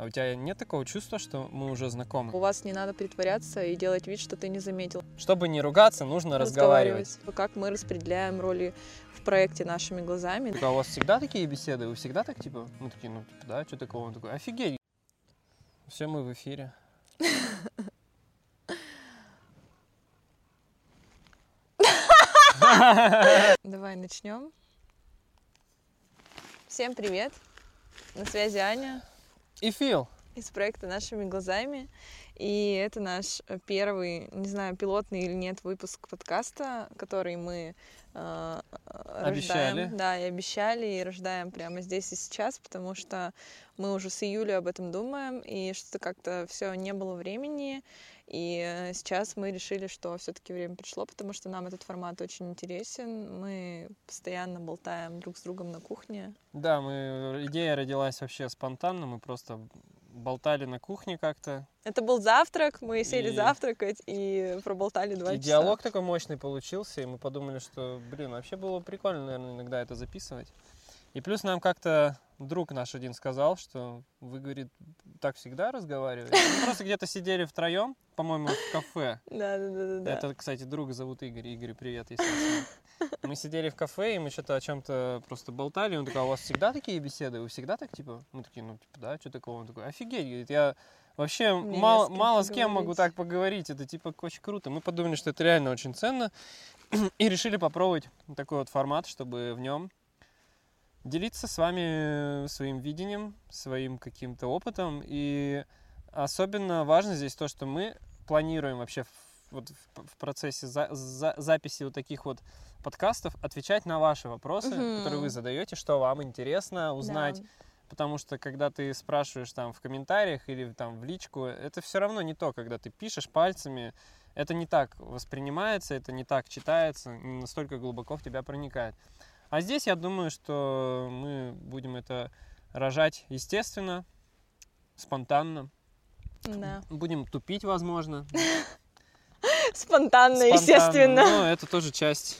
у тебя нет такого чувства, что мы уже знакомы? У вас не надо притворяться и делать вид, что ты не заметил. Чтобы не ругаться, нужно разговаривать. Как мы распределяем роли в проекте нашими глазами. А у вас всегда такие беседы? Вы всегда так, типа, мы такие, ну, типа, да, что такого? Он такой, офигеть. Все, мы в эфире. Давай начнем. Всем привет. На связи Аня. И Фил. Из проекта «Нашими глазами». И это наш первый, не знаю, пилотный или нет, выпуск подкаста, который мы Обещали. рождаем. Да, и обещали, и рождаем прямо здесь и сейчас, потому что мы уже с июля об этом думаем, и что-то как-то все не было времени. И сейчас мы решили, что все-таки время пришло, потому что нам этот формат очень интересен. Мы постоянно болтаем друг с другом на кухне. Да, идея родилась вообще спонтанно, мы просто болтали на кухне как-то. Это был завтрак, мы сели завтракать и проболтали 2 часа. И диалог такой мощный получился, и мы подумали, что, вообще было прикольно, наверное, иногда это записывать. И плюс нам как-то друг наш один сказал, что вы, говорит, так всегда разговариваете. Мы просто где-то сидели втроем, по-моему, в кафе. Да. Это, кстати, друга зовут Игорь. Игорь, привет, если что. Мы сидели в кафе, и мы что-то о чем-то просто болтали. Он такой, а у вас всегда такие беседы? Вы всегда так, типа? Мы такие, ну, типа, да, что такого? Он такой, офигеть, говорит, я вообще мало с кем могу так поговорить. Это, типа, очень круто. Мы подумали, что это реально очень ценно. И решили попробовать такой вот формат, чтобы в нем делиться с вами своим видением, своим каким-то опытом. И особенно важно здесь то, что мы планируем вообще в процессе записи вот таких вот подкастов отвечать на ваши вопросы, которые вы задаете, что вам интересно узнать. Да. Потому что когда ты спрашиваешь там в комментариях или там в личку, это все равно не то, когда ты пишешь пальцами. Это не так воспринимается, это не так читается, не настолько глубоко в тебя проникает. А здесь я думаю, что мы будем это рожать естественно, спонтанно. Да. Будем тупить, возможно. Спонтанно, естественно. Но это тоже часть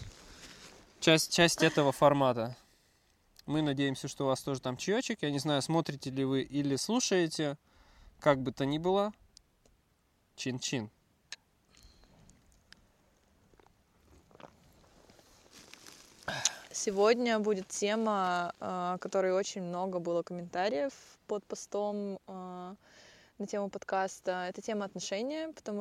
этого формата. Мы надеемся, что у вас тоже там чаечек. Я не знаю, смотрите ли вы или слушаете. Как бы то ни было. Чин-чин. Сегодня будет тема, о которой очень много было комментариев под постом на тему подкаста. Это тема отношения, потому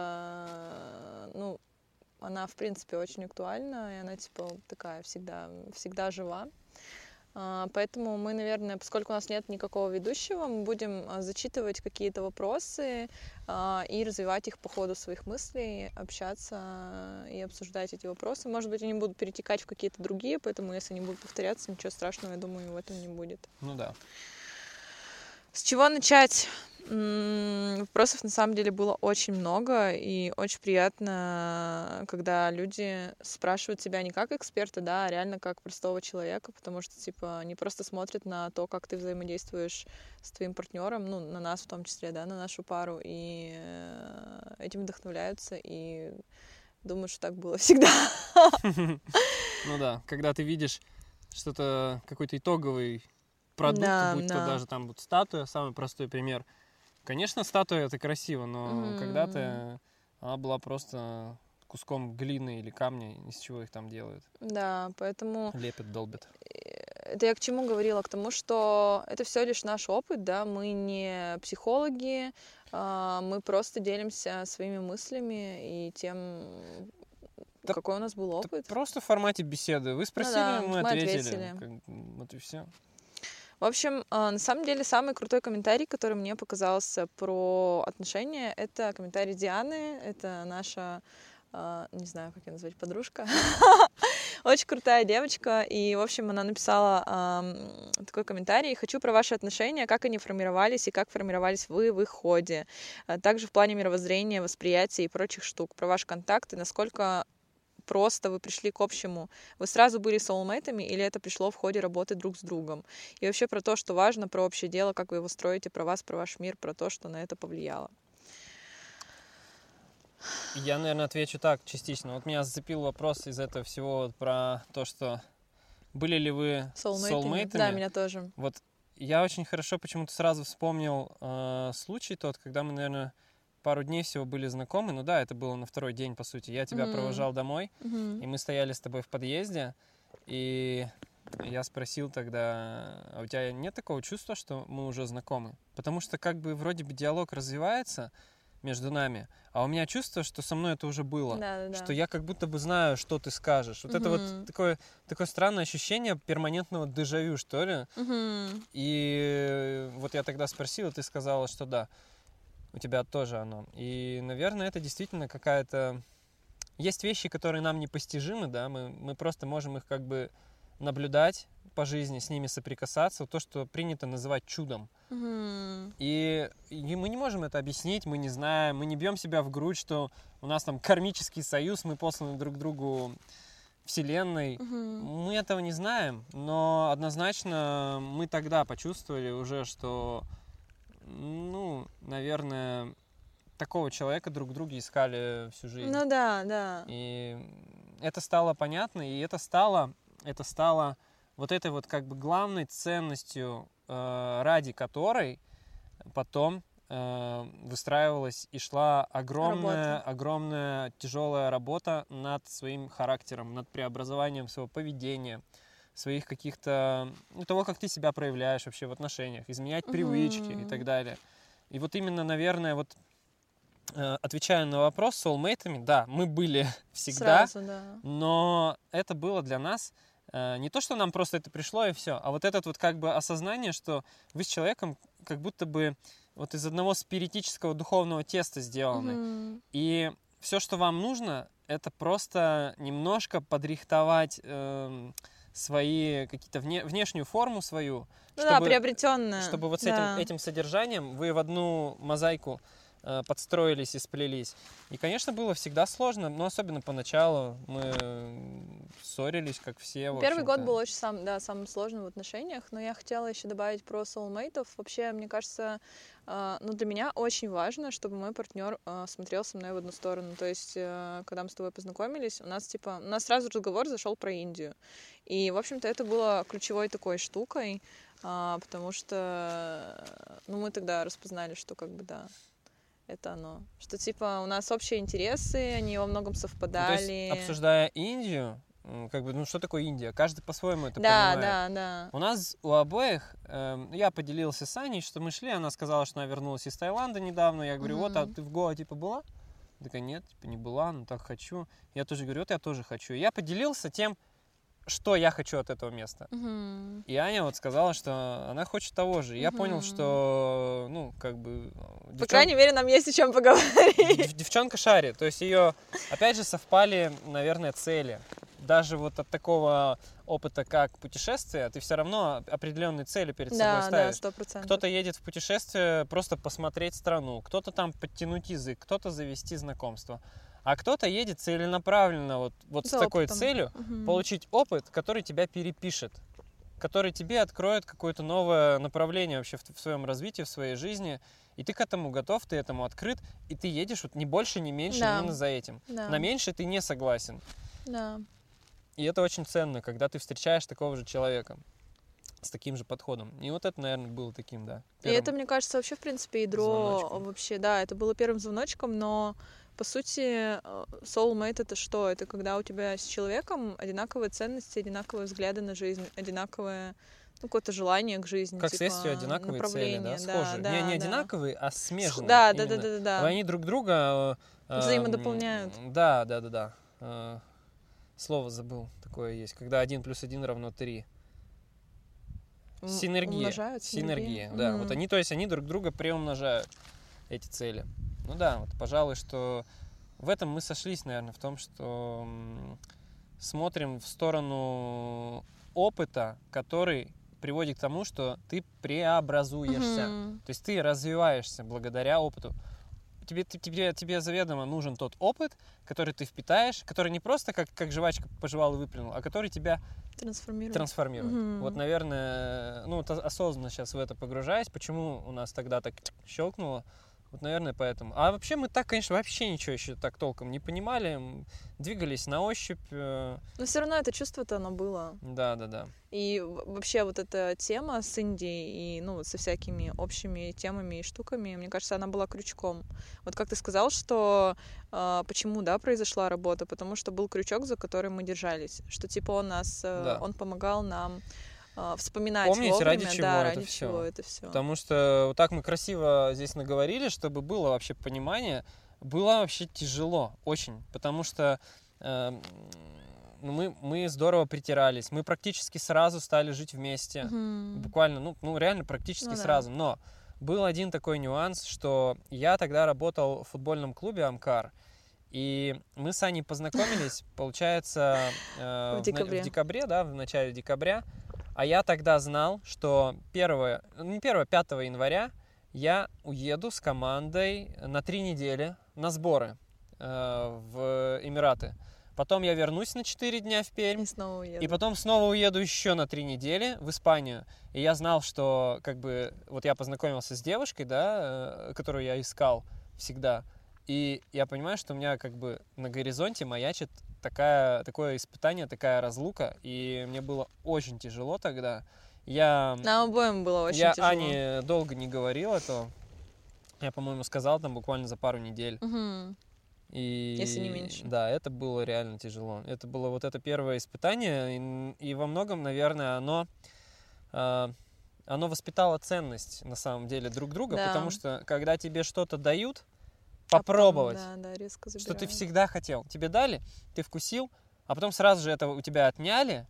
что, она, в принципе, очень актуальна, и она, типа, такая всегда жива. Поэтому мы, наверное, поскольку у нас нет никакого ведущего, мы будем зачитывать какие-то вопросы и развивать их по ходу своих мыслей, общаться и обсуждать эти вопросы. Может быть, они будут перетекать в какие-то другие, поэтому если они будут повторяться, ничего страшного, я думаю, в этом не будет. Ну да. С чего начать? Вопросов на самом деле было очень много, и очень приятно, когда люди спрашивают тебя не как эксперта, да, а реально как простого человека, потому что, типа, не просто смотрят на то, как ты взаимодействуешь с твоим партнером, на нас в том числе, да, на нашу пару, и этим вдохновляются, и думают, что так было всегда. Ну да, когда ты видишь что-то, какой-то итоговый продукт, будь то даже там вот статуя, самый простой пример. Конечно, статуя это красиво, но когда-то она была просто куском глины или камня, из чего их там делают. Да, поэтому... Лепят, долбят. Это я к чему говорила? К тому, что это все лишь наш опыт, да, мы не психологи, мы просто делимся своими мыслями и тем, какой у нас был опыт. Просто в формате беседы. Вы спросили, мы ответили. Вот и все. В общем, на самом деле, самый крутой комментарий, который мне показался про отношения, это комментарий Дианы. Это наша, не знаю, как ее назвать, подружка. Очень крутая девочка. И, в общем, она написала такой комментарий. «Хочу про ваши отношения, как они формировались и как формировались вы в их ходе. Также в плане мировоззрения, восприятия и прочих штук. Про ваши контакты, насколько просто вы пришли к общему. Вы сразу были соулмейтами или это пришло в ходе работы друг с другом? И вообще про то, что важно, про общее дело, как вы его строите, про вас, про ваш мир, про то, что на это повлияло». Я, наверное, отвечу так, частично. Вот меня зацепил вопрос из этого всего про то, что были ли вы соулмейтами. Да, меня тоже. Вот я очень хорошо почему-то сразу вспомнил случай тот, когда мы, наверное, пару дней всего были знакомы. Ну да, это было на второй день, по сути. Я тебя провожал домой, и мы стояли с тобой в подъезде, и я спросил тогда, а у тебя нет такого чувства, что мы уже знакомы? Потому что как бы вроде бы диалог развивается между нами, а у меня чувство, что со мной это уже было. Что я как будто бы знаю, что ты скажешь. Вот это вот такое странное ощущение перманентного дежавю, что ли. И вот я тогда спросил, и ты сказала, что да, у тебя тоже оно. И, наверное, это действительно какая-то... Есть вещи, которые нам непостижимы, да, мы просто можем их как бы наблюдать по жизни, с ними соприкасаться, то, что принято называть чудом. И мы не можем это объяснить, мы не знаем, мы не бьем себя в грудь, что у нас там кармический союз, мы посланы друг другу Вселенной. Мы этого не знаем, но однозначно мы тогда почувствовали уже, что, ну, наверное, такого человека друг в друге искали всю жизнь. Ну да. И это стало понятно, и это стало вот этой вот как бы главной ценностью, ради которой потом выстраивалась и шла огромная тяжелая работа над своим характером, над преобразованием своего поведения, своих каких-то, ну, того, как ты себя проявляешь вообще в отношениях, изменять привычки и так далее. И вот именно, наверное, вот отвечая на вопрос с soulmate'ами, да, мы были всегда, Сразу, да. но это было для нас не то, что нам просто это пришло и все, а вот это вот как бы осознание, что вы с человеком как будто бы вот из одного спиритического духовного теста сделаны. И все, что вам нужно, это просто немножко подрихтовать свои какие-то внешнюю форму свою, чтобы, приобретенная. Чтобы вот с этим содержанием вы в одну мозаику подстроились и сплелись. И, конечно, было всегда сложно, но особенно поначалу мы ссорились, как все. Первый год был очень самым сложным в отношениях, но я хотела еще добавить про soulmate'ов. Вообще, мне кажется, для меня очень важно, чтобы мой партнер смотрел со мной в одну сторону. То есть, когда мы с тобой познакомились, у нас сразу разговор зашел про Индию. И, в общем-то, это было ключевой такой штукой, потому что мы тогда распознали, что как бы да, это оно. Что типа у нас общие интересы, они во многом совпадали. То есть, обсуждая Индию, как бы, что такое Индия? Каждый по-своему это понимает. Да. У нас у обоих, я поделился с Аней, что мы шли, она сказала, что она вернулась из Таиланда недавно. Я говорю, вот, а ты в Гоа типа была? Такая, нет, типа не была, но так хочу. Я тоже говорю, вот я тоже хочу. И я поделился тем, что я хочу от этого места. И Аня вот сказала, что она хочет того же. И я понял, что, как бы... По крайней мере, нам есть о чем поговорить. Девчонка шарит. То есть ее, опять же, совпали, наверное, цели. Даже вот от такого опыта, как путешествие, ты все равно определенные цели перед собой ставишь. Да, 100%. Кто-то едет в путешествие просто посмотреть страну, кто-то там подтянуть язык, кто-то завести знакомство. А кто-то едет целенаправленно вот с такой целью получить опыт, который тебя перепишет, который тебе откроет какое-то новое направление вообще в своем развитии, в своей жизни. И ты к этому готов, ты этому открыт, и ты едешь вот не больше, не меньше, именно за этим. Да. На меньше ты не согласен. Да. И это очень ценно, когда ты встречаешь такого же человека с таким же подходом. И вот это, наверное, было таким, да. И это, мне кажется, вообще, в принципе, ядро вообще, да, это было первым звоночком, но по сути, soulmate — это что? Это когда у тебя с человеком одинаковые ценности, одинаковые взгляды на жизнь, одинаковое какое-то желание к жизни. Как следствие, одинаковые цели, да, схожие. Не одинаковые, а смежные. Да. Они друг друга... взаимодополняют. Да. Слово забыл, такое есть. Когда 1 + 1 = 3. Синергия, да. Вот они друг друга преумножают, эти цели. Ну да, вот, пожалуй, что в этом мы сошлись, наверное, в том, что смотрим в сторону опыта, который приводит к тому, что ты преобразуешься. То есть ты развиваешься благодаря опыту. Тебе заведомо нужен тот опыт, который ты впитаешь, который не просто как жвачка пожевал и выплюнул, а который тебя трансформирует. Вот, наверное, осознанно сейчас в это погружаясь, почему у нас тогда так щелкнуло, Вот, наверное, поэтому. А вообще мы так, конечно, вообще ничего еще так толком не понимали. Двигались на ощупь. Но все равно это чувство-то оно было. Да. И вообще вот эта тема с Индией и, ну, вот со всякими общими темами и штуками, мне кажется, она была крючком. Вот как ты сказал, что почему, да, произошла работа? Потому что был крючок, за который мы держались. Что, типа, он помогал нам вспоминать помнить, вовремя, ради чего да, это ради всё. чего это все. Потому что вот так мы красиво здесь наговорили, чтобы было вообще понимание. Было вообще тяжело, очень. Потому что мы здорово притирались. Мы практически сразу стали жить вместе. Буквально, ну реально практически сразу. Но был один такой нюанс, что я тогда работал в футбольном клубе «Амкар». И мы с Аней познакомились, получается, в декабре, да, в начале декабря. А я тогда знал, что 5 января я уеду с командой на 3 недели на сборы в Эмираты. Потом я вернусь на 4 дня в Пермь. И снова уеду. И потом снова уеду еще на 3 недели в Испанию. И я знал, что как бы вот я познакомился с девушкой, да, которую я искал всегда. И я понимаю, что у меня как бы на горизонте маячит такое испытание, такая разлука. И мне было очень тяжело тогда. Нам обоим было очень тяжело. Я Ане долго не говорил этого. Я, по-моему, сказал там буквально за пару недель. И, если не меньше. Да, это было реально тяжело. Это было вот это первое испытание. И во многом, наверное, оно воспитало ценность, на самом деле, друг друга. Да. Потому что, когда тебе что-то дают, попробовать, резко что ты всегда хотел. Тебе дали, ты вкусил, а потом сразу же это у тебя отняли,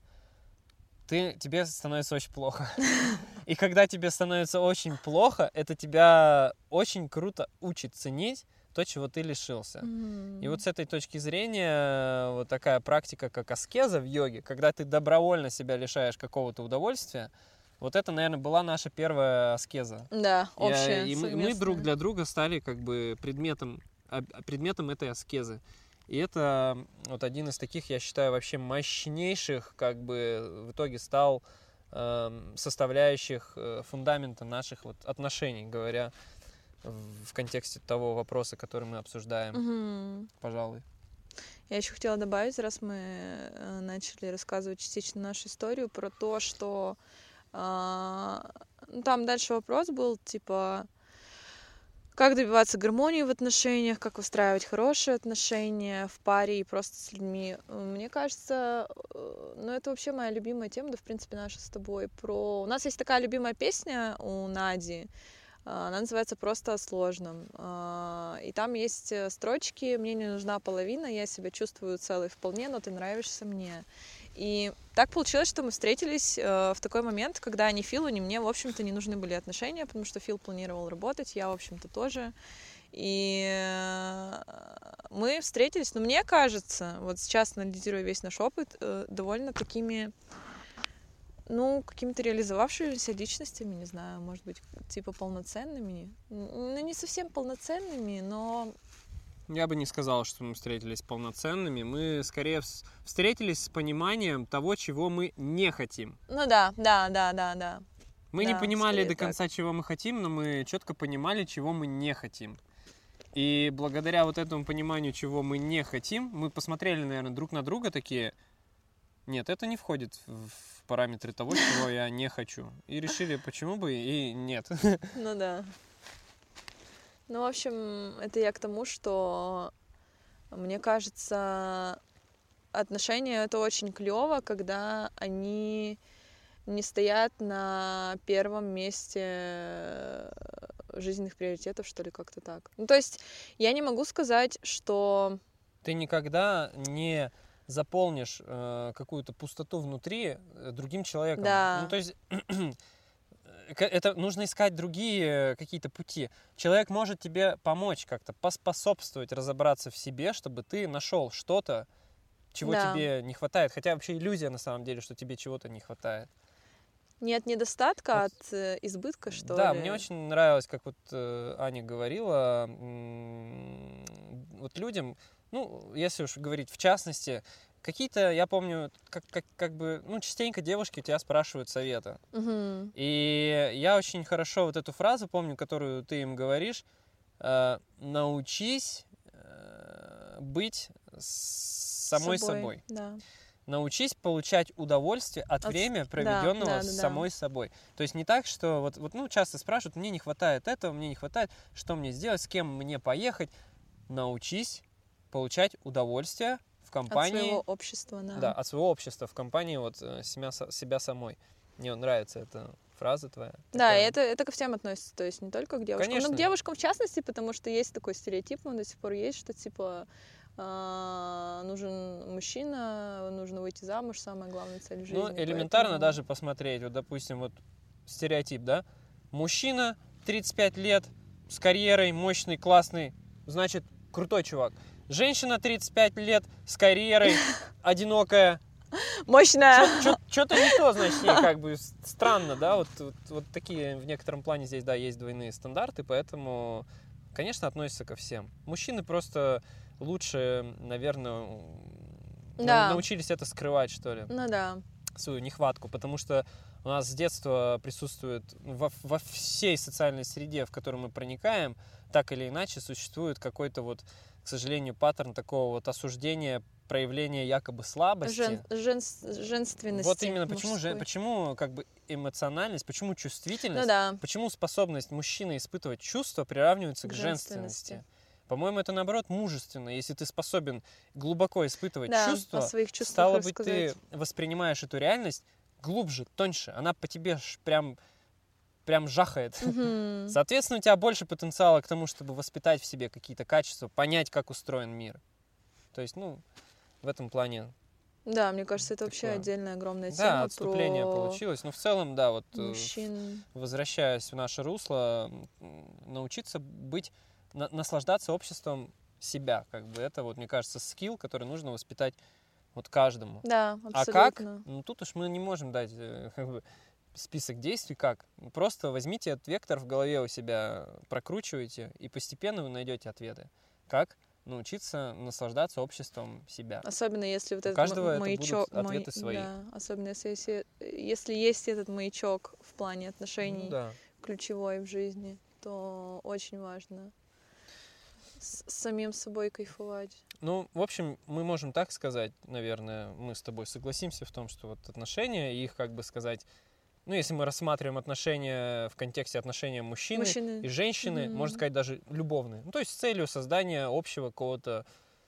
тебе становится очень плохо. И когда тебе становится очень плохо, это тебя очень круто учит ценить то, чего ты лишился. И вот с этой точки зрения вот такая практика, как аскеза в йоге, когда ты добровольно себя лишаешь какого-то удовольствия, вот это, наверное, была наша первая аскеза. Да, общая, и мы друг для друга стали как бы предметом этой аскезы. И это вот один из таких, я считаю, вообще мощнейших, как бы в итоге стал составляющих фундамента наших вот отношений, говоря в контексте того вопроса, который мы обсуждаем, пожалуй. Я еще хотела добавить, раз мы начали рассказывать частично нашу историю, про то, что там дальше вопрос был, типа, как добиваться гармонии в отношениях, как выстраивать хорошие отношения в паре и просто с людьми. Мне кажется, это вообще моя любимая тема, да, в принципе, наша с тобой. У нас есть такая любимая песня у Нади, она называется «Просто о сложном». И там есть строчки «Мне не нужна половина, я себя чувствую целой вполне, но ты нравишься мне». И так получилось, что мы встретились в такой момент, когда ни Филу, ни мне, в общем-то, не нужны были отношения, потому что Фил планировал работать, я, в общем-то, тоже. И мы встретились, но мне кажется, вот сейчас, анализируя весь наш опыт, довольно такими, какими-то реализовавшимися личностями, не знаю, может быть, типа полноценными. Не совсем полноценными, но... Я бы не сказал, что мы встретились полноценными. Мы скорее встретились с пониманием того, чего мы не хотим. Да. Мы не понимали до конца, чего мы хотим, но мы четко понимали, чего мы не хотим. И благодаря вот этому пониманию, чего мы не хотим, мы посмотрели, наверное, друг на друга такие: нет, это не входит в параметры того, чего я не хочу. И решили, почему бы и нет. Да. В общем, это я к тому, что, мне кажется, отношения — это очень клево, когда они не стоят на первом месте жизненных приоритетов, что ли, как-то так. То есть я не могу сказать, что... Ты никогда не заполнишь какую-то пустоту внутри другим человеком. Да. То есть... Это нужно искать другие какие-то пути. Человек может тебе помочь как-то, поспособствовать разобраться в себе, чтобы ты нашел что-то, чего тебе не хватает. Хотя вообще иллюзия на самом деле, что тебе чего-то не хватает. Нет недостатка от избытка, что ли? Да, мне очень нравилось, как вот Аня говорила, вот людям, если уж говорить в частности, какие-то, я помню, частенько девушки у тебя спрашивают совета. Угу. И я очень хорошо вот эту фразу помню, которую ты им говоришь: научись быть самой собой. Да. Научись получать удовольствие от времени, проведенного с самой собой. То есть не так, что вот часто спрашивают, мне не хватает этого, мне не хватает, что мне сделать, с кем мне поехать. Научись получать удовольствие в компании... От своего общества, да. Да, от своего общества, в компании себя самой. Мне нравится эта фраза твоя. Да, такая. и это ко всем относится, то есть не только к девушкам. Конечно. Но к девушкам в частности, потому что есть такой стереотип, он до сих пор есть, что типа нужен мужчина, нужно выйти замуж, самая главная цель в жизни. Ну, элементарно даже посмотреть, вот, допустим, вот стереотип, да? Мужчина, 35 лет, с карьерой, мощный, классный, значит, крутой чувак. Женщина, 35 лет, с карьерой, одинокая. Мощная! Что-то не то, значит, ей как бы странно, да? Вот такие в некотором плане здесь, да, есть двойные стандарты, поэтому, конечно, относятся ко всем. Мужчины просто лучше, наверное, научились это скрывать, что ли. Ну да. Свою нехватку, потому что у нас с детства присутствует во всей социальной среде, в которую мы проникаем, так или иначе существует какой-то вот, к сожалению, паттерн такого вот осуждения, проявления якобы слабости. Женственности. Вот именно почему как бы эмоциональность, почему чувствительность, ну, да. почему способность мужчины испытывать чувства приравнивается к женственности. По-моему, это, наоборот, мужественно. Если ты способен глубоко испытывать чувства, стало быть, ты воспринимаешь эту реальность глубже, тоньше. Она по тебе прям жахает. Mm-hmm. Соответственно, у тебя больше потенциала к тому, чтобы воспитать в себе какие-то качества, понять, как устроен мир. То есть, в этом плане... Да, мне кажется, это вообще отдельная огромная тема. Да, отступление получилось. Но в целом, да, вот мужчин. Возвращаясь в наше русло, научиться наслаждаться обществом себя, как бы это мне кажется, скилл, который нужно воспитать каждому. Да, абсолютно. А как? Тут уж мы не можем дать список действий, как. Просто возьмите этот вектор в голове у себя, прокручивайте, и постепенно вы найдете ответы. Как научиться наслаждаться обществом себя. Особенно если вот этот маячок, это будут ответы свои. Да, особенно если есть этот маячок в плане отношений, ключевой в жизни, то очень важно с самим собой кайфовать. В общем, мы можем так сказать, наверное, мы с тобой согласимся в том, что отношения, их, как бы сказать, если мы рассматриваем отношения в контексте отношения мужчины и женщины, можно сказать, даже любовные. То есть с целью создания общего какого-то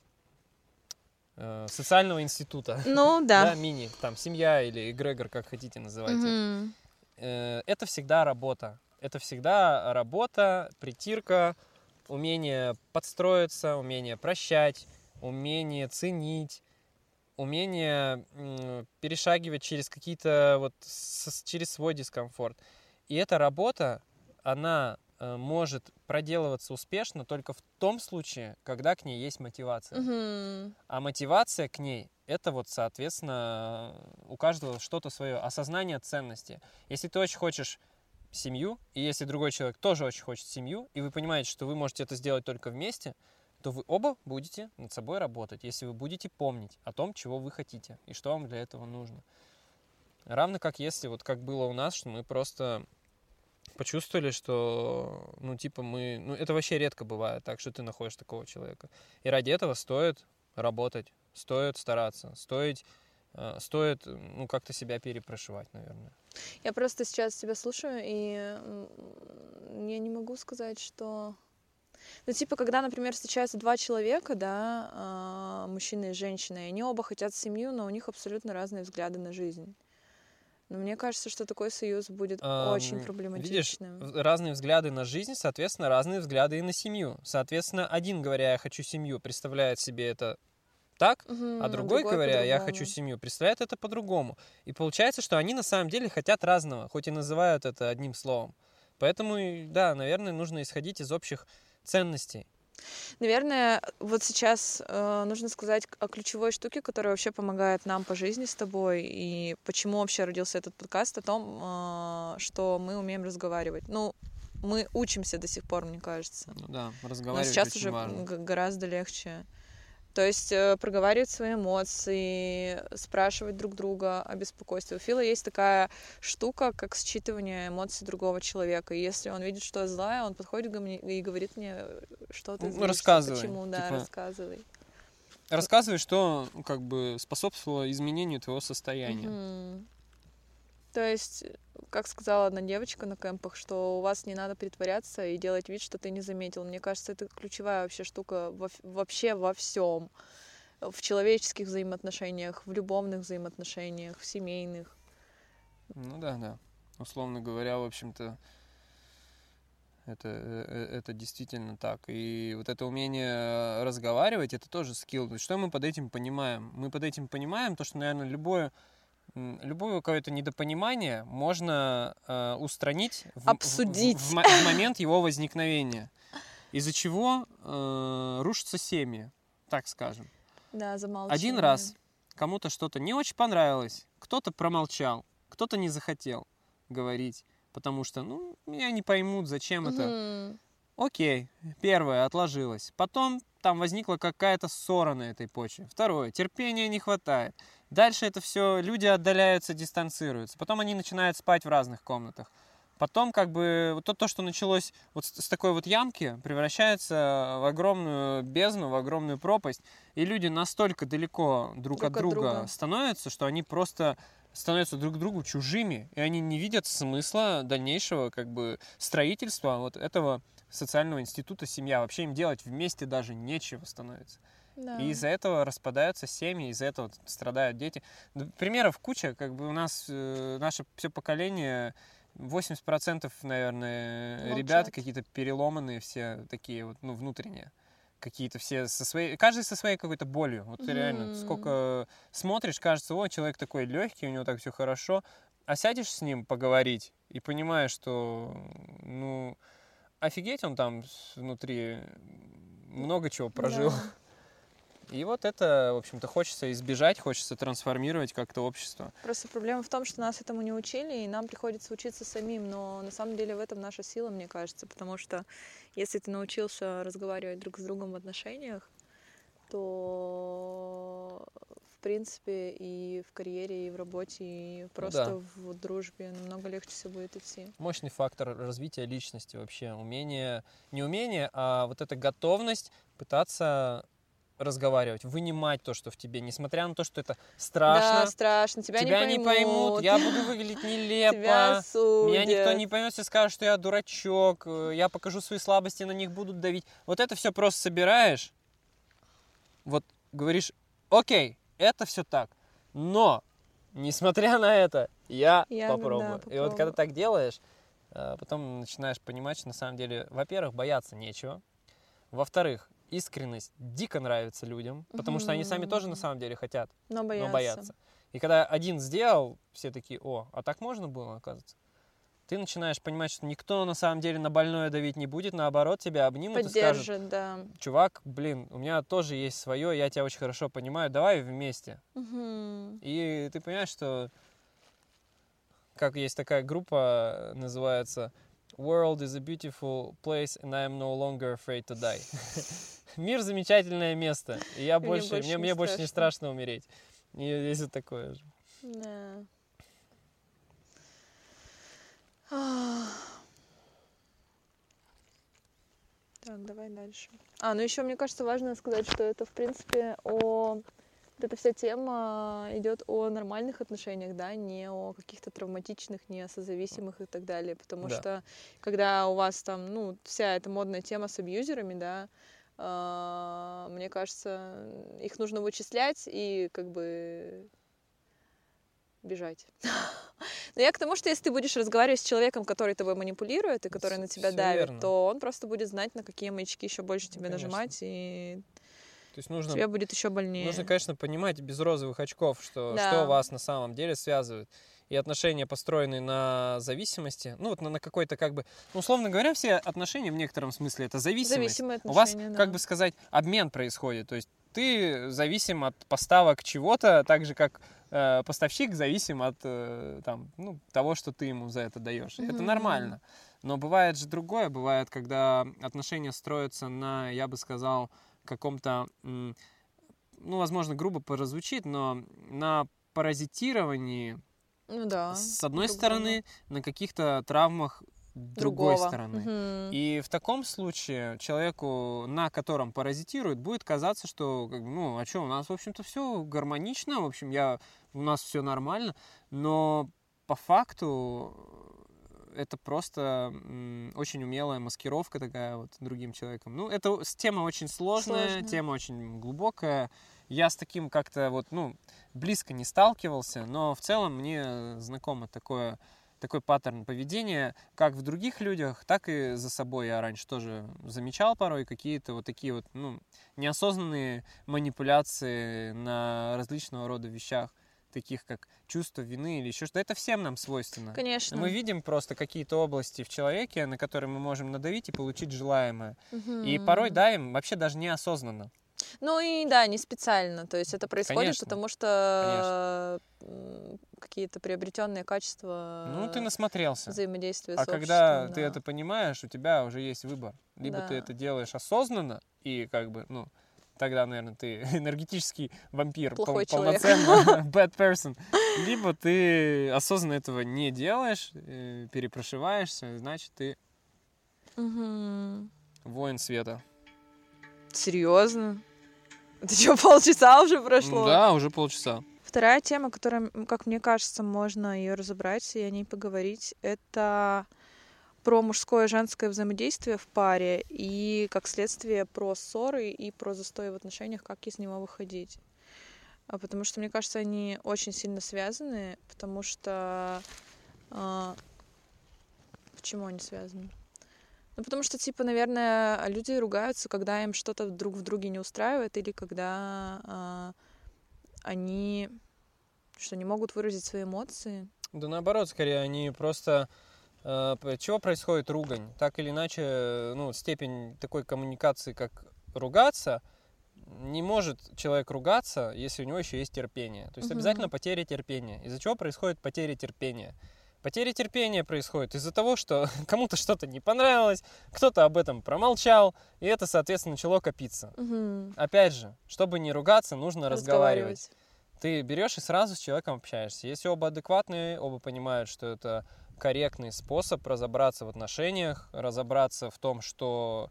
социального института. Да. Мини, семья или эгрегор, как хотите называйте. Это всегда работа. Это всегда работа, притирка, умение подстроиться, умение прощать, умение ценить, умение перешагивать через какие-то через свой дискомфорт. И эта работа, она может проделываться успешно только в том случае, когда к ней есть мотивация. А мотивация к ней — это соответственно, у каждого что-то свое, осознание ценности. Если ты очень хочешь семью, и если другой человек тоже очень хочет семью, и вы понимаете, что вы можете это сделать только вместе, то вы оба будете над собой работать, если вы будете помнить о том, чего вы хотите и что вам для этого нужно. Равно как если, как было у нас, что мы просто почувствовали, что, это вообще редко бывает так, что ты находишь такого человека. И ради этого стоит работать, стоит стараться, стоит как-то себя перепрошивать, наверное. Я просто сейчас тебя слушаю, и я не могу сказать, что... когда, например, встречаются два человека, да, мужчина и женщина, и они оба хотят семью, но у них абсолютно разные взгляды на жизнь. Но мне кажется, что такой союз будет очень проблематичным. Видишь, разные взгляды на жизнь, соответственно, разные взгляды и на семью. Соответственно, один, говоря, я хочу семью, представляет себе это так, а другой, говоря, я хочу семью, представляет это по-другому. И получается, что они на самом деле хотят разного, хоть и называют это одним словом. Поэтому, да, наверное, нужно исходить из общих ценностей. Наверное, сейчас нужно сказать о ключевой штуке, которая вообще помогает нам по жизни с тобой, и почему вообще родился этот подкаст, о том, что мы умеем разговаривать. Мы учимся до сих пор, мне кажется. Да, разговаривать но сейчас очень уже важно. Гораздо легче. То есть проговаривать свои эмоции, спрашивать друг друга о беспокойстве. У Фила есть такая штука, как считывание эмоций другого человека. И если он видит, что я злая, он подходит ко мне и говорит мне, что ты злишься, рассказывай. почему, да, рассказывай. Рассказывай, что как бы способствовало изменению твоего состояния. То есть, как сказала одна девочка на кемпах, что у вас не надо притворяться и делать вид, что ты не заметил. Мне кажется, это ключевая вообще штука вообще во всем. В человеческих взаимоотношениях, в любовных взаимоотношениях, в семейных. Ну да. Условно говоря, в общем-то, это действительно так. И вот это умение разговаривать, это тоже скилл. То есть, что мы под этим понимаем? Мы под этим понимаем то, что, наверное, любое какое-то недопонимание можно устранить обсудить в момент его возникновения, из-за чего рушатся семьи, так скажем. Да, замолчание. Один раз кому-то что-то не очень понравилось, кто-то промолчал, кто-то не захотел говорить, потому что, меня не поймут, зачем это. Окей, первое, отложилось. Потом там возникла какая-то ссора на этой почве. Второе, терпения не хватает. Дальше это все, люди отдаляются, дистанцируются. Потом они начинают спать в разных комнатах. Потом как бы вот то, что началось вот с такой вот ямки, превращается в огромную бездну, в огромную пропасть. И люди настолько далеко друг от друга становятся, что они просто становятся друг другу чужими, и они не видят смысла дальнейшего как бы строительства вот этого социального института семья. Вообще им делать вместе даже нечего становится. Да. И из-за этого распадаются семьи, из-за этого страдают дети. Примеров куча, как бы у нас наше все поколение, 80%, наверное, ребята какие-то переломанные все такие вот, внутренние. Какие-то все каждый со своей какой-то болью. Вот реально, сколько смотришь, кажется, человек такой легкий, у него так все хорошо. А сядешь с ним поговорить и понимаешь, что, офигеть, он там внутри много чего прожил. Да. И вот это, в общем-то, хочется избежать, хочется трансформировать как-то общество. Просто проблема в том, что нас этому не учили, и нам приходится учиться самим. Но на самом деле в этом наша сила, мне кажется. Потому что если ты научился разговаривать друг с другом в отношениях, то, в принципе, и в карьере, и в работе, и просто в дружбе намного легче все будет идти. Мощный фактор развития личности вообще. Не умение, а вот эта готовность пытаться разговаривать, вынимать то, что в тебе, несмотря на то, что это страшно. Да, страшно, тебя не поймут, я буду выглядеть нелепо, тебя осудят. Меня никто не поймет, все скажут, что я дурачок, я покажу свои слабости, на них будут давить. Вот это все просто собираешь, вот говоришь, окей, это все так, но, несмотря на это, я попробую. И вот когда так делаешь, потом начинаешь понимать, что на самом деле, во-первых, бояться нечего, во-вторых, искренность дико нравится людям, потому что они сами тоже на самом деле хотят, но боятся. И когда один сделал, все такие, а так можно было, оказывается. Ты начинаешь понимать, что никто на самом деле на больное давить не будет, наоборот, тебя обнимут и скажут, да. Чувак, у меня тоже есть свое, я тебя очень хорошо понимаю, давай вместе. И ты понимаешь, что как есть такая группа, называется World is a beautiful place and I am no longer afraid to die. Мир больше место, и мне больше не страшно умереть. И есть вот такое же. Да. Так, давай дальше. Еще мне кажется важно сказать, что это, в принципе, вот эта вся тема идет о нормальных отношениях, да, не о каких-то травматичных, не о созависимых и так далее. Потому что, когда у вас там, вся эта модная тема с абьюзерами, да, мне кажется, их нужно вычислять и как бы бежать. Но я к тому, что если ты будешь разговаривать с человеком, который тобой манипулирует и который на тебя давит, то он просто будет знать, на какие маячки еще больше тебе нажимать, и то есть тебе будет еще больнее. Нужно, конечно, понимать без розовых очков, что вас на самом деле связывает. И отношения, построенные на зависимости, на какой-то как бы, условно говоря, все отношения в некотором смысле это зависимость. Зависимые отношения, у вас, как бы сказать, обмен происходит. То есть ты зависим от поставок чего-то, так же, как поставщик зависим от того, что ты ему за это даешь. Это нормально. Но бывает же другое. Бывает, когда отношения строятся на, я бы сказал, каком-то ну, возможно, грубо прозвучит, но на паразитировании, Ну да. с одной друг стороны, на каких-то травмах другой Другого. стороны. Мгм. И в таком случае человеку, на котором паразитирует, будет казаться, что, как бы, ну, а что, у нас, в общем-то, все гармонично, в общем, у нас все нормально, но по факту это просто очень умелая маскировка такая вот другим человеком. Ну, это тема очень сложная, Сложно. тема очень глубокая. Я с таким как-то вот, ну, близко не сталкивался, но в целом мне знакомо такой паттерн поведения, как в других людях, так и за собой. Я раньше тоже замечал порой какие-то вот такие вот, ну, неосознанные манипуляции на различного рода вещах, таких как чувство вины или еще что-то. Это всем нам свойственно. Конечно. Мы видим просто какие-то области в человеке, на которые мы можем надавить и получить желаемое. И порой давим вообще даже неосознанно. Ну и да, не специально. То есть это происходит, Конечно. потому что какие-то приобретенные качества Ну, ты насмотрелся. взаимодействия с А обществом. когда ты да. это понимаешь, у тебя уже есть выбор. Либо ты Да. это делаешь осознанно, и как бы, ну, тогда, наверное, ты энергетический вампир, Плохой человек. полноценно bad person. Либо ты осознанно этого не делаешь, перепрошиваешься, значит, ты Мгм. воин света. Серьезно? Это что, полчаса уже прошло? Да, уже полчаса. Вторая тема, которая, как мне кажется, можно ее разобрать и о ней поговорить, это про мужское и женское взаимодействие в паре и, как следствие, про ссоры и про застой в отношениях, как из него выходить. Потому что, мне кажется, они очень сильно связаны, потому что... Почему они связаны? Ну, потому что, типа, наверное, люди ругаются, когда им что-то друг в друге не устраивает, или когда они что, не могут выразить свои эмоции. Да наоборот, скорее, они просто... Чего происходит ругань? Так или иначе, ну, степень такой коммуникации, как ругаться, не может человек ругаться, если у него еще есть терпение. То есть обязательно потеря терпения. Из-за чего происходит потеря терпения? Потеря терпения происходит из-за того, что кому-то что-то не понравилось, кто-то об этом промолчал, и это, соответственно, начало копиться. Опять же, чтобы не ругаться, нужно разговаривать. Ты берешь и сразу с человеком общаешься. Если оба адекватные, оба понимают, что это корректный способ разобраться в отношениях, разобраться в том, что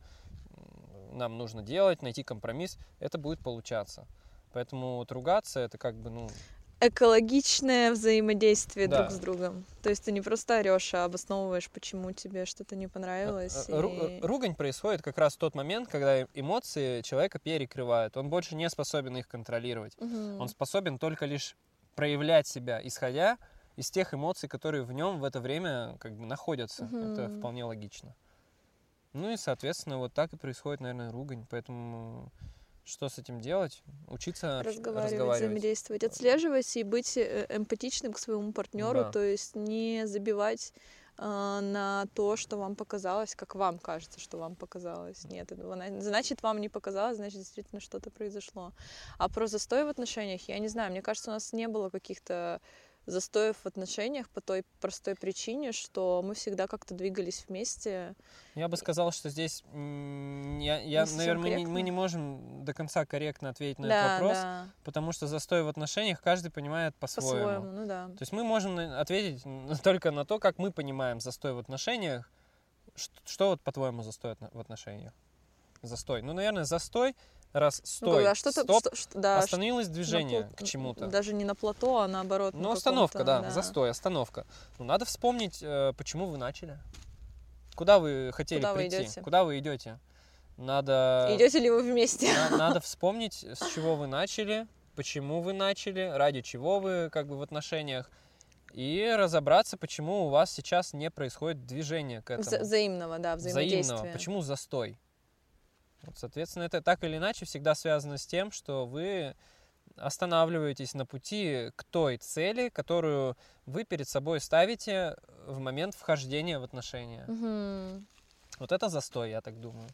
нам нужно делать, найти компромисс, это будет получаться. Поэтому вот ругаться, это как бы, ну... Экологичное взаимодействие Да. друг с другом. То есть ты не просто орешь, а обосновываешь, почему тебе что-то не понравилось. Ругань происходит как раз в тот момент, когда эмоции человека перекрывают. Он больше не способен их контролировать. Он способен только лишь проявлять себя, исходя из тех эмоций, которые в нем в это время как бы находятся. Это вполне логично. Ну и, соответственно, вот так и происходит, наверное, ругань. Поэтому что с этим делать? Учиться разговаривать. Взаимодействовать, отслеживать и быть эмпатичным к своему партнеру, Да. то есть не забивать на то, что вам показалось, как вам кажется, что вам показалось. Нет, значит, вам не показалось, значит, действительно что-то произошло. А про застой в отношениях, я не знаю, мне кажется, у нас не было каких-то застоев в отношениях по той простой причине, что мы всегда как-то двигались вместе. Я бы сказал, что здесь, наверное, мы не можем до конца корректно ответить на этот вопрос, потому что застой в отношениях каждый понимает по-своему. Ну да. То есть мы можем ответить только на то, как мы понимаем застой в отношениях. Что вот, по-твоему, застой в отношениях? Застой. Ну, наверное, застой, раз стой, стоп, остановилось движение к чему-то. Даже не на плато, а наоборот. Ну, остановка, да, застой, остановка. Ну, надо вспомнить, почему вы начали. Куда вы хотели прийти? Куда вы идете? Идете ли вы вместе? Надо вспомнить, с чего вы начали, почему вы начали, ради чего вы как бы в отношениях. И разобраться, почему у вас сейчас не происходит движение к этому. Взаимного взаимодействия. Взаимного. Почему застой? Вот, соответственно, это так или иначе всегда связано с тем, что вы останавливаетесь на пути к той цели, которую вы перед собой ставите в момент вхождения в отношения. Вот это застой, я так думаю.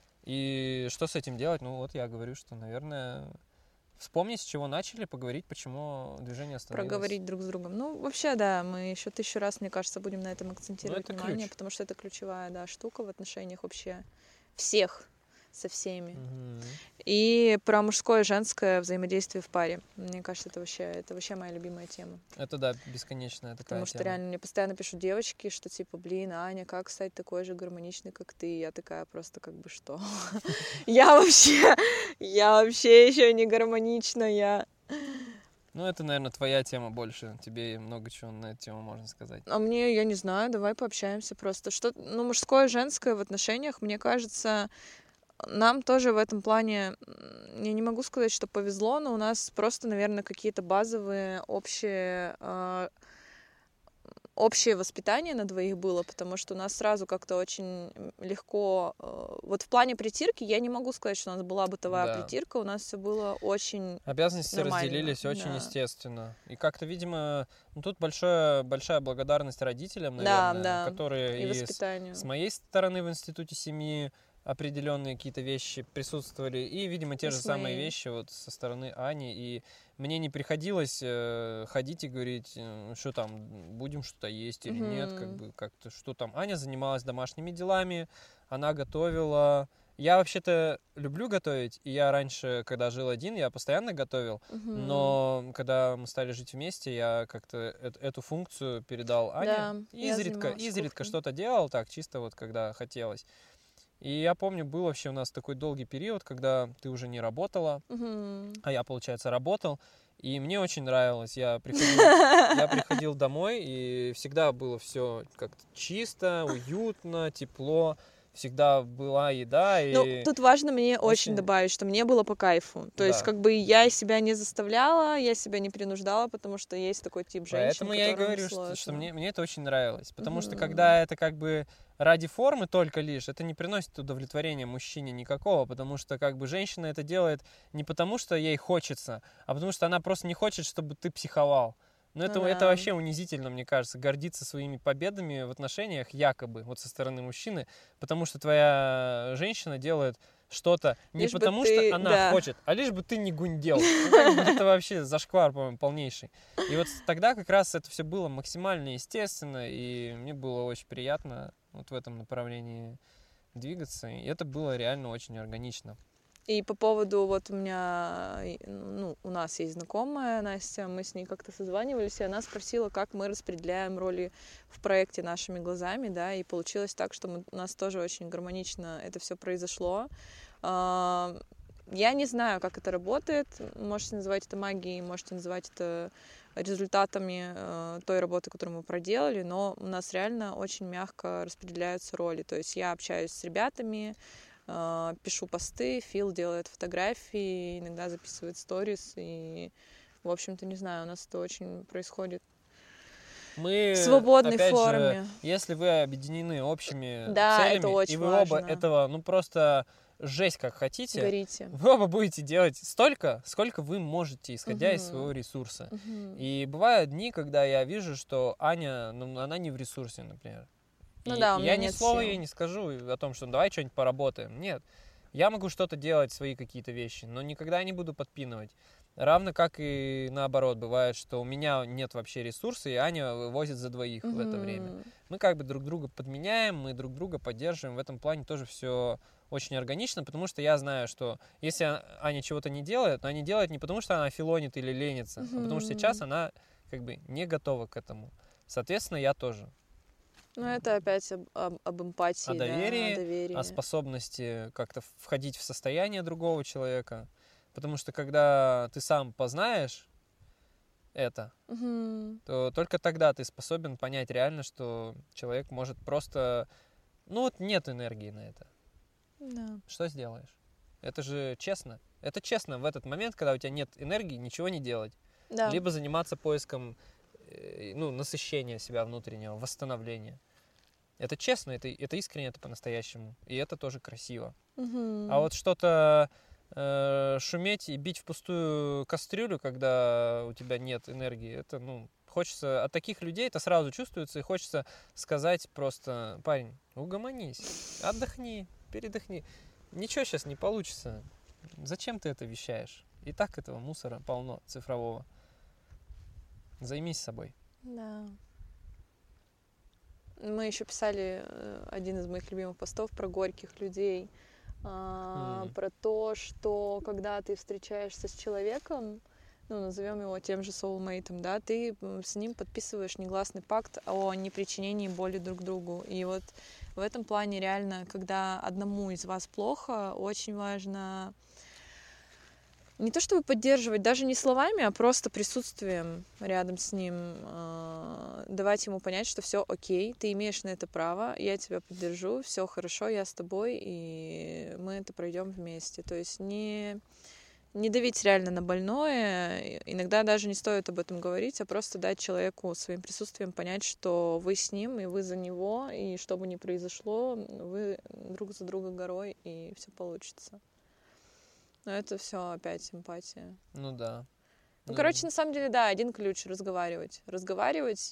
И что с этим делать? Ну вот я говорю, что, наверное, вспомнить, с чего начали, поговорить, почему движение остановилось. Проговорить друг с другом. Ну, вообще, да, мы еще 1000 раз, мне кажется, будем на этом акцентировать внимание, потому что это ключевая, штука в отношениях вообще всех со всеми. Мгм. И про мужское и женское взаимодействие в паре. Мне кажется, это вообще моя любимая тема. Это, да, бесконечная такая Потому что тема. реально мне постоянно пишут девочки, что типа, блин, Аня, как стать такой же гармоничной, как ты? И я такая просто как бы что? Я вообще еще не гармоничная. Ну, это, наверное, твоя тема больше. Тебе много чего на эту тему можно сказать. А мне, я не знаю, давай пообщаемся просто. Что, ну, мужское и женское в отношениях, мне кажется, нам тоже в этом плане, я не могу сказать, что повезло, но у нас просто, наверное, какие-то базовые общее воспитание на двоих было, потому что у нас сразу как-то очень легко... Вот в плане притирки я не могу сказать, что у нас была бытовая Да. притирка, у нас все было очень Обязанности нормально. разделились очень Да. естественно. И как-то, видимо, ну, тут большая благодарность родителям, наверное, Да, которые и и воспитанию. с моей стороны в институте семьи определенные какие-то вещи присутствовали, и, видимо, те И же с самые моей. вещи вот со стороны Ани. И мне не приходилось ходить и говорить, что там, будем что-то есть или нет, как бы как-то, что там. Аня занималась домашними делами, она готовила. Я вообще-то люблю готовить, и я раньше, когда жил один, я постоянно готовил, но когда мы стали жить вместе, я как-то эту функцию передал Ане. Да, я Изредка занималась кухней. что-то делал так, чисто вот когда хотелось. И я помню, был вообще у нас такой долгий период, когда ты уже не работала, а я, получается, работал, и мне очень нравилось. Я приходил домой, и всегда было все как-то чисто, уютно, тепло. Всегда была еда. Ну, И тут важно мне очень очень- добавить, что мне было по кайфу. То есть, Да. как бы я себя не заставляла, я себя не принуждала, потому что есть такой тип женщин, Поэтому я и которым говорю, что сложно. мне это очень нравилось. Потому что когда это как бы ради формы только лишь, это не приносит удовлетворения мужчине никакого. Потому что как бы женщина это делает не потому, что ей хочется, а потому что она просто не хочет, чтобы ты психовал. Но это да. вообще унизительно, мне кажется, гордиться своими победами в отношениях якобы вот со стороны мужчины, потому что твоя женщина делает что-то не Лишь бы потому, ты- что она да. хочет, а лишь бы ты не гундел. Ну, как бы это вообще зашквар, по-моему, полнейший. И вот тогда как раз это все было максимально естественно, и мне было очень приятно вот в этом направлении двигаться, и это было реально очень органично. И по поводу, вот у меня, ну, у нас есть знакомая Настя, мы с ней как-то созванивались, и она спросила, как мы распределяем роли в проекте нашими глазами, да, и получилось так, что у нас тоже очень гармонично это все произошло. Я не знаю, как это работает, можете называть это магией, можете называть это результатами той работы, которую мы проделали, но у нас реально очень мягко распределяются роли, то есть я общаюсь с ребятами, пишу посты, Фил делает фотографии, иногда записывает сторис, и, в общем-то, не знаю, у нас это очень происходит Мы, в свободной опять форме. же, если вы объединены общими Да, целями, это очень и вы оба важно. этого, ну, просто жесть как хотите, Горите. вы оба будете делать столько, сколько вы можете, исходя из своего ресурса. И бывают дни, когда я вижу, что Аня, ну, она не в ресурсе, например. Ну И да, у меня я ни нет слова сил. ей не скажу о том, что давай что-нибудь поработаем. Нет. Я могу что-то делать, свои какие-то вещи, но никогда не буду подпинывать. Равно как и наоборот, бывает, что у меня нет вообще ресурса, и Аня возит за двоих в это время. Мы как бы друг друга подменяем, мы друг друга поддерживаем. В этом плане тоже все очень органично, потому что я знаю, что если Аня чего-то не делает, но она не делает не потому, что она филонит или ленится, а потому что сейчас она как бы не готова к этому. Соответственно, я тоже. Ну, это опять об эмпатии, О доверии, да, о доверии. о способности как-то входить в состояние другого человека. Потому что когда ты сам познаешь это, то только тогда ты способен понять реально, что человек может просто... Ну вот нет энергии на это. Да. Что сделаешь? Это же честно. Это честно в этот момент, когда у тебя нет энергии, ничего не делать. Да. Либо заниматься поиском насыщения себя внутреннего, восстановления. Это честно, это искренне, это по-настоящему. И это тоже красиво. А вот что-то шуметь и бить в пустую кастрюлю, когда у тебя нет энергии, это, ну, хочется... От таких людей это сразу чувствуется, и хочется сказать просто: парень, угомонись, отдохни, передохни. Ничего сейчас не получится. Зачем ты это вещаешь? И так этого мусора полно, цифрового. Займись собой. Да. Мы еще писали один из моих любимых постов про горьких людей. про то, что когда ты встречаешься с человеком, ну, назовем его тем же soulmate, да, ты с ним подписываешь негласный пакт о непричинении боли друг другу. И вот в этом плане реально, когда одному из вас плохо, очень важно не то чтобы поддерживать, даже не словами, а просто присутствием рядом с ним, давать ему понять, что все окей, ты имеешь на это право, я тебя поддержу, все хорошо, я с тобой, и мы это пройдем вместе. То есть не давить реально на больное, иногда даже не стоит об этом говорить, а просто дать человеку своим присутствием понять, что вы с ним, и вы за него, и что бы ни произошло, вы друг за друга горой, и все получится. Но это все опять эмпатия. Ну да. Ну, короче, на самом деле, да, один ключ — разговаривать. Разговаривать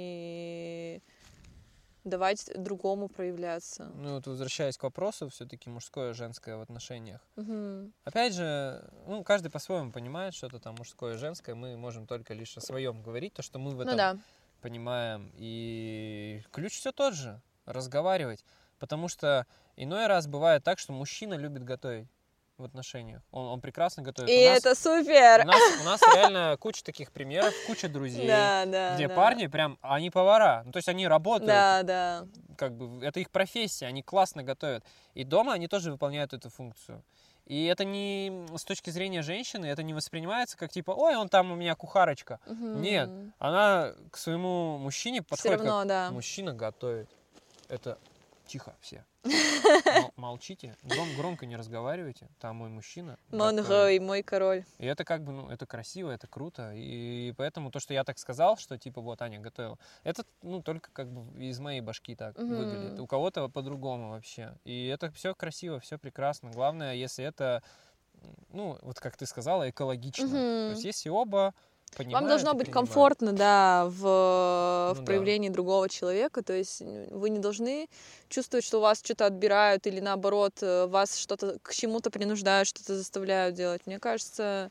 и давать другому проявляться. Ну, вот возвращаясь к вопросу, все-таки мужское и женское в отношениях. Угу. Опять же, ну, каждый по-своему понимает, что это там мужское и женское. Мы можем только лишь о своем говорить, то, что мы в этом понимаем. И ключ все тот же — разговаривать. Потому что иной раз бывает так, что мужчина любит готовить в отношениях. Он прекрасно готовит. И это супер! У нас реально куча таких примеров, куча друзей, где парни прям, они повара. Ну, то есть они работают. Да. Как бы это их профессия, они классно готовят. И дома они тоже выполняют эту функцию. И это не с точки зрения женщины, это не воспринимается как типа, ой, он там у меня кухарочка. Угу. Нет, она к своему мужчине подходит, все равно, как мужчина готовит. Это тихо все. Молчите, громко не разговаривайте. Там мой мужчина. Монгой, мой король. И это как бы, ну, это красиво, это круто. И поэтому то, что я так сказал, что типа вот Аня готовила, это, ну, только как бы из моей башки так выглядит. У кого-то по-другому вообще. И это все красиво, все прекрасно. Главное, если это, ну, вот как ты сказала, экологично. То есть если оба понимают, вам должно быть комфортно, да, в проявлении другого человека, то есть вы не должны чувствовать, что у вас что-то отбирают или наоборот вас что-то к чему-то принуждают, что-то заставляют делать. Мне кажется,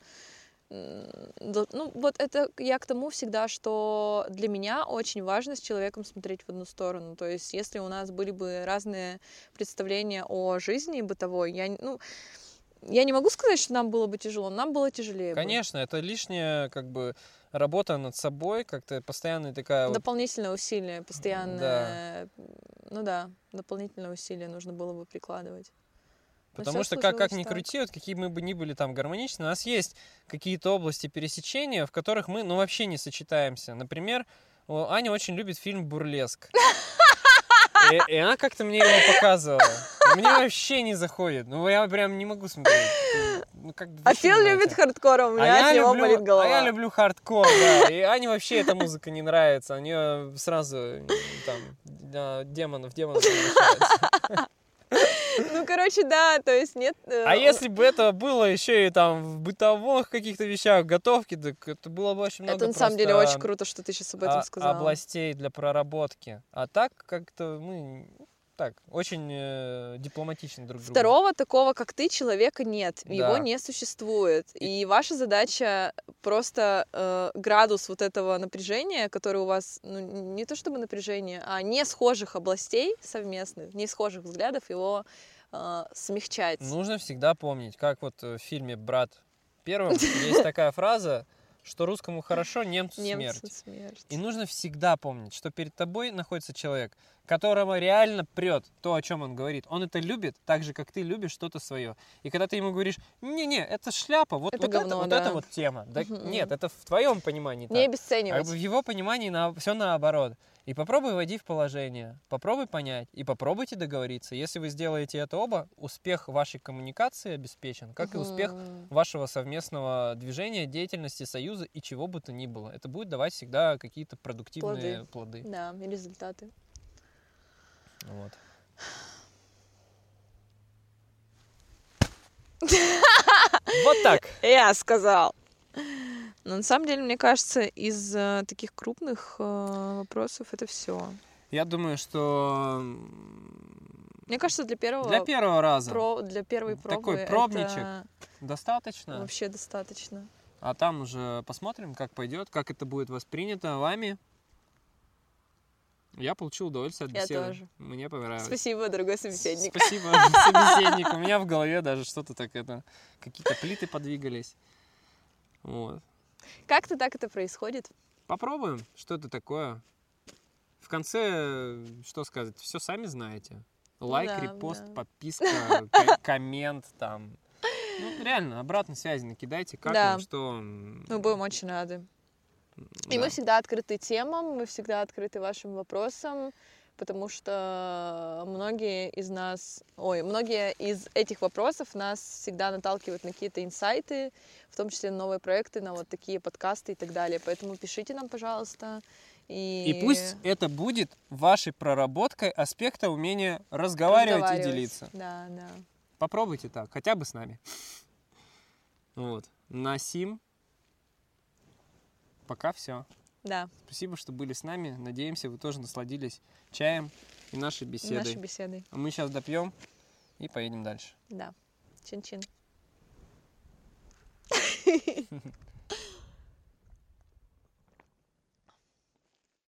ну вот это я к тому всегда, что для меня очень важно с человеком смотреть в одну сторону, то есть если у нас были бы разные представления о жизни бытовой, я не могу сказать, что нам было бы тяжело, нам было тяжелее. Конечно, это лишняя, как бы, работа над собой, как-то постоянная такая... Дополнительное усилие, постоянное... Да. Ну да, дополнительное усилие нужно было бы прикладывать. Потому что, как ни крути, вот какие мы бы ни были там гармоничны, у нас есть какие-то области пересечения, в которых мы, ну, вообще не сочетаемся. Например, Аня очень любит фильм «Бурлеск». И она как-то мне его показывала. Мне вообще не заходит. Ну, я прям не могу смотреть. Ну, как бы, Фил любит хардкор, у меня от него болит голова. А я люблю хардкор, да. И Ане вообще эта музыка не нравится. У нее сразу там демонов превращается. Ну, короче, да, то есть нет... А если бы это было еще и там в бытовых каких-то вещах, готовки, так это было бы очень много это на самом деле очень круто, что ты сейчас об этом сказала. Областей для проработки. А так как-то мы... Так, очень дипломатично друг к другу. Второго такого, как ты, человека нет. Да. Его не существует. И ваша задача просто градус вот этого напряжения, который у вас, ну, не то чтобы напряжение, а не схожих областей совместных, не схожих взглядов, его смягчать. Нужно всегда помнить, как вот в фильме «Брат первым» есть такая фраза, что русскому хорошо, немцу смерть. И нужно всегда помнить, что перед тобой находится человек, которого реально прет то, о чем он говорит. Он это любит так же, как ты любишь что-то свое. И когда ты ему говоришь, не-не, это шляпа, вот это вот тема. Да, нет, это в твоем понимании так. Не обесценивать. А в его понимании все наоборот. И попробуй войди в положение, попробуй понять, и попробуйте договориться. Если вы сделаете это оба, успех вашей коммуникации обеспечен, как и успех вашего совместного движения, деятельности, союза и чего бы то ни было. Это будет давать всегда какие-то продуктивные плоды. Да, и результаты. Вот. Вот так. Я сказал. Но на самом деле, мне кажется, из таких крупных вопросов это все. Я думаю, что... Мне кажется, для первого раза. Для первой пробы такой пробничек достаточно. Вообще достаточно. А там уже посмотрим, как пойдет, как это будет воспринято вами. Я получил удовольствие от Я беседы. тоже. Мне понравилось. Спасибо, дорогой собеседник. Спасибо, собеседник. У меня в голове даже что-то так какие-то плиты подвигались. Вот. Как-то так это происходит. Попробуем, что это такое. В конце, что сказать, все сами знаете. Лайк, да, репост, да. подписка, коммент там. Ну, реально, обратной связи накидайте, как Да. вам, что... Мы будем очень рады. И Да. мы всегда открыты темам, мы всегда открыты вашим вопросам, потому что многие из этих вопросов нас всегда наталкивают на какие-то инсайты, в том числе на новые проекты, на вот такие подкасты и так далее. Поэтому пишите нам, пожалуйста. И пусть это будет вашей проработкой аспекта умения разговаривать и делиться. Да, да. Попробуйте так, хотя бы с нами. Вот. На сим. Пока все. Да. Спасибо, что были с нами. Надеемся, вы тоже насладились чаем и нашей беседой. А мы сейчас допьем и поедем дальше. Да. Чин-чин.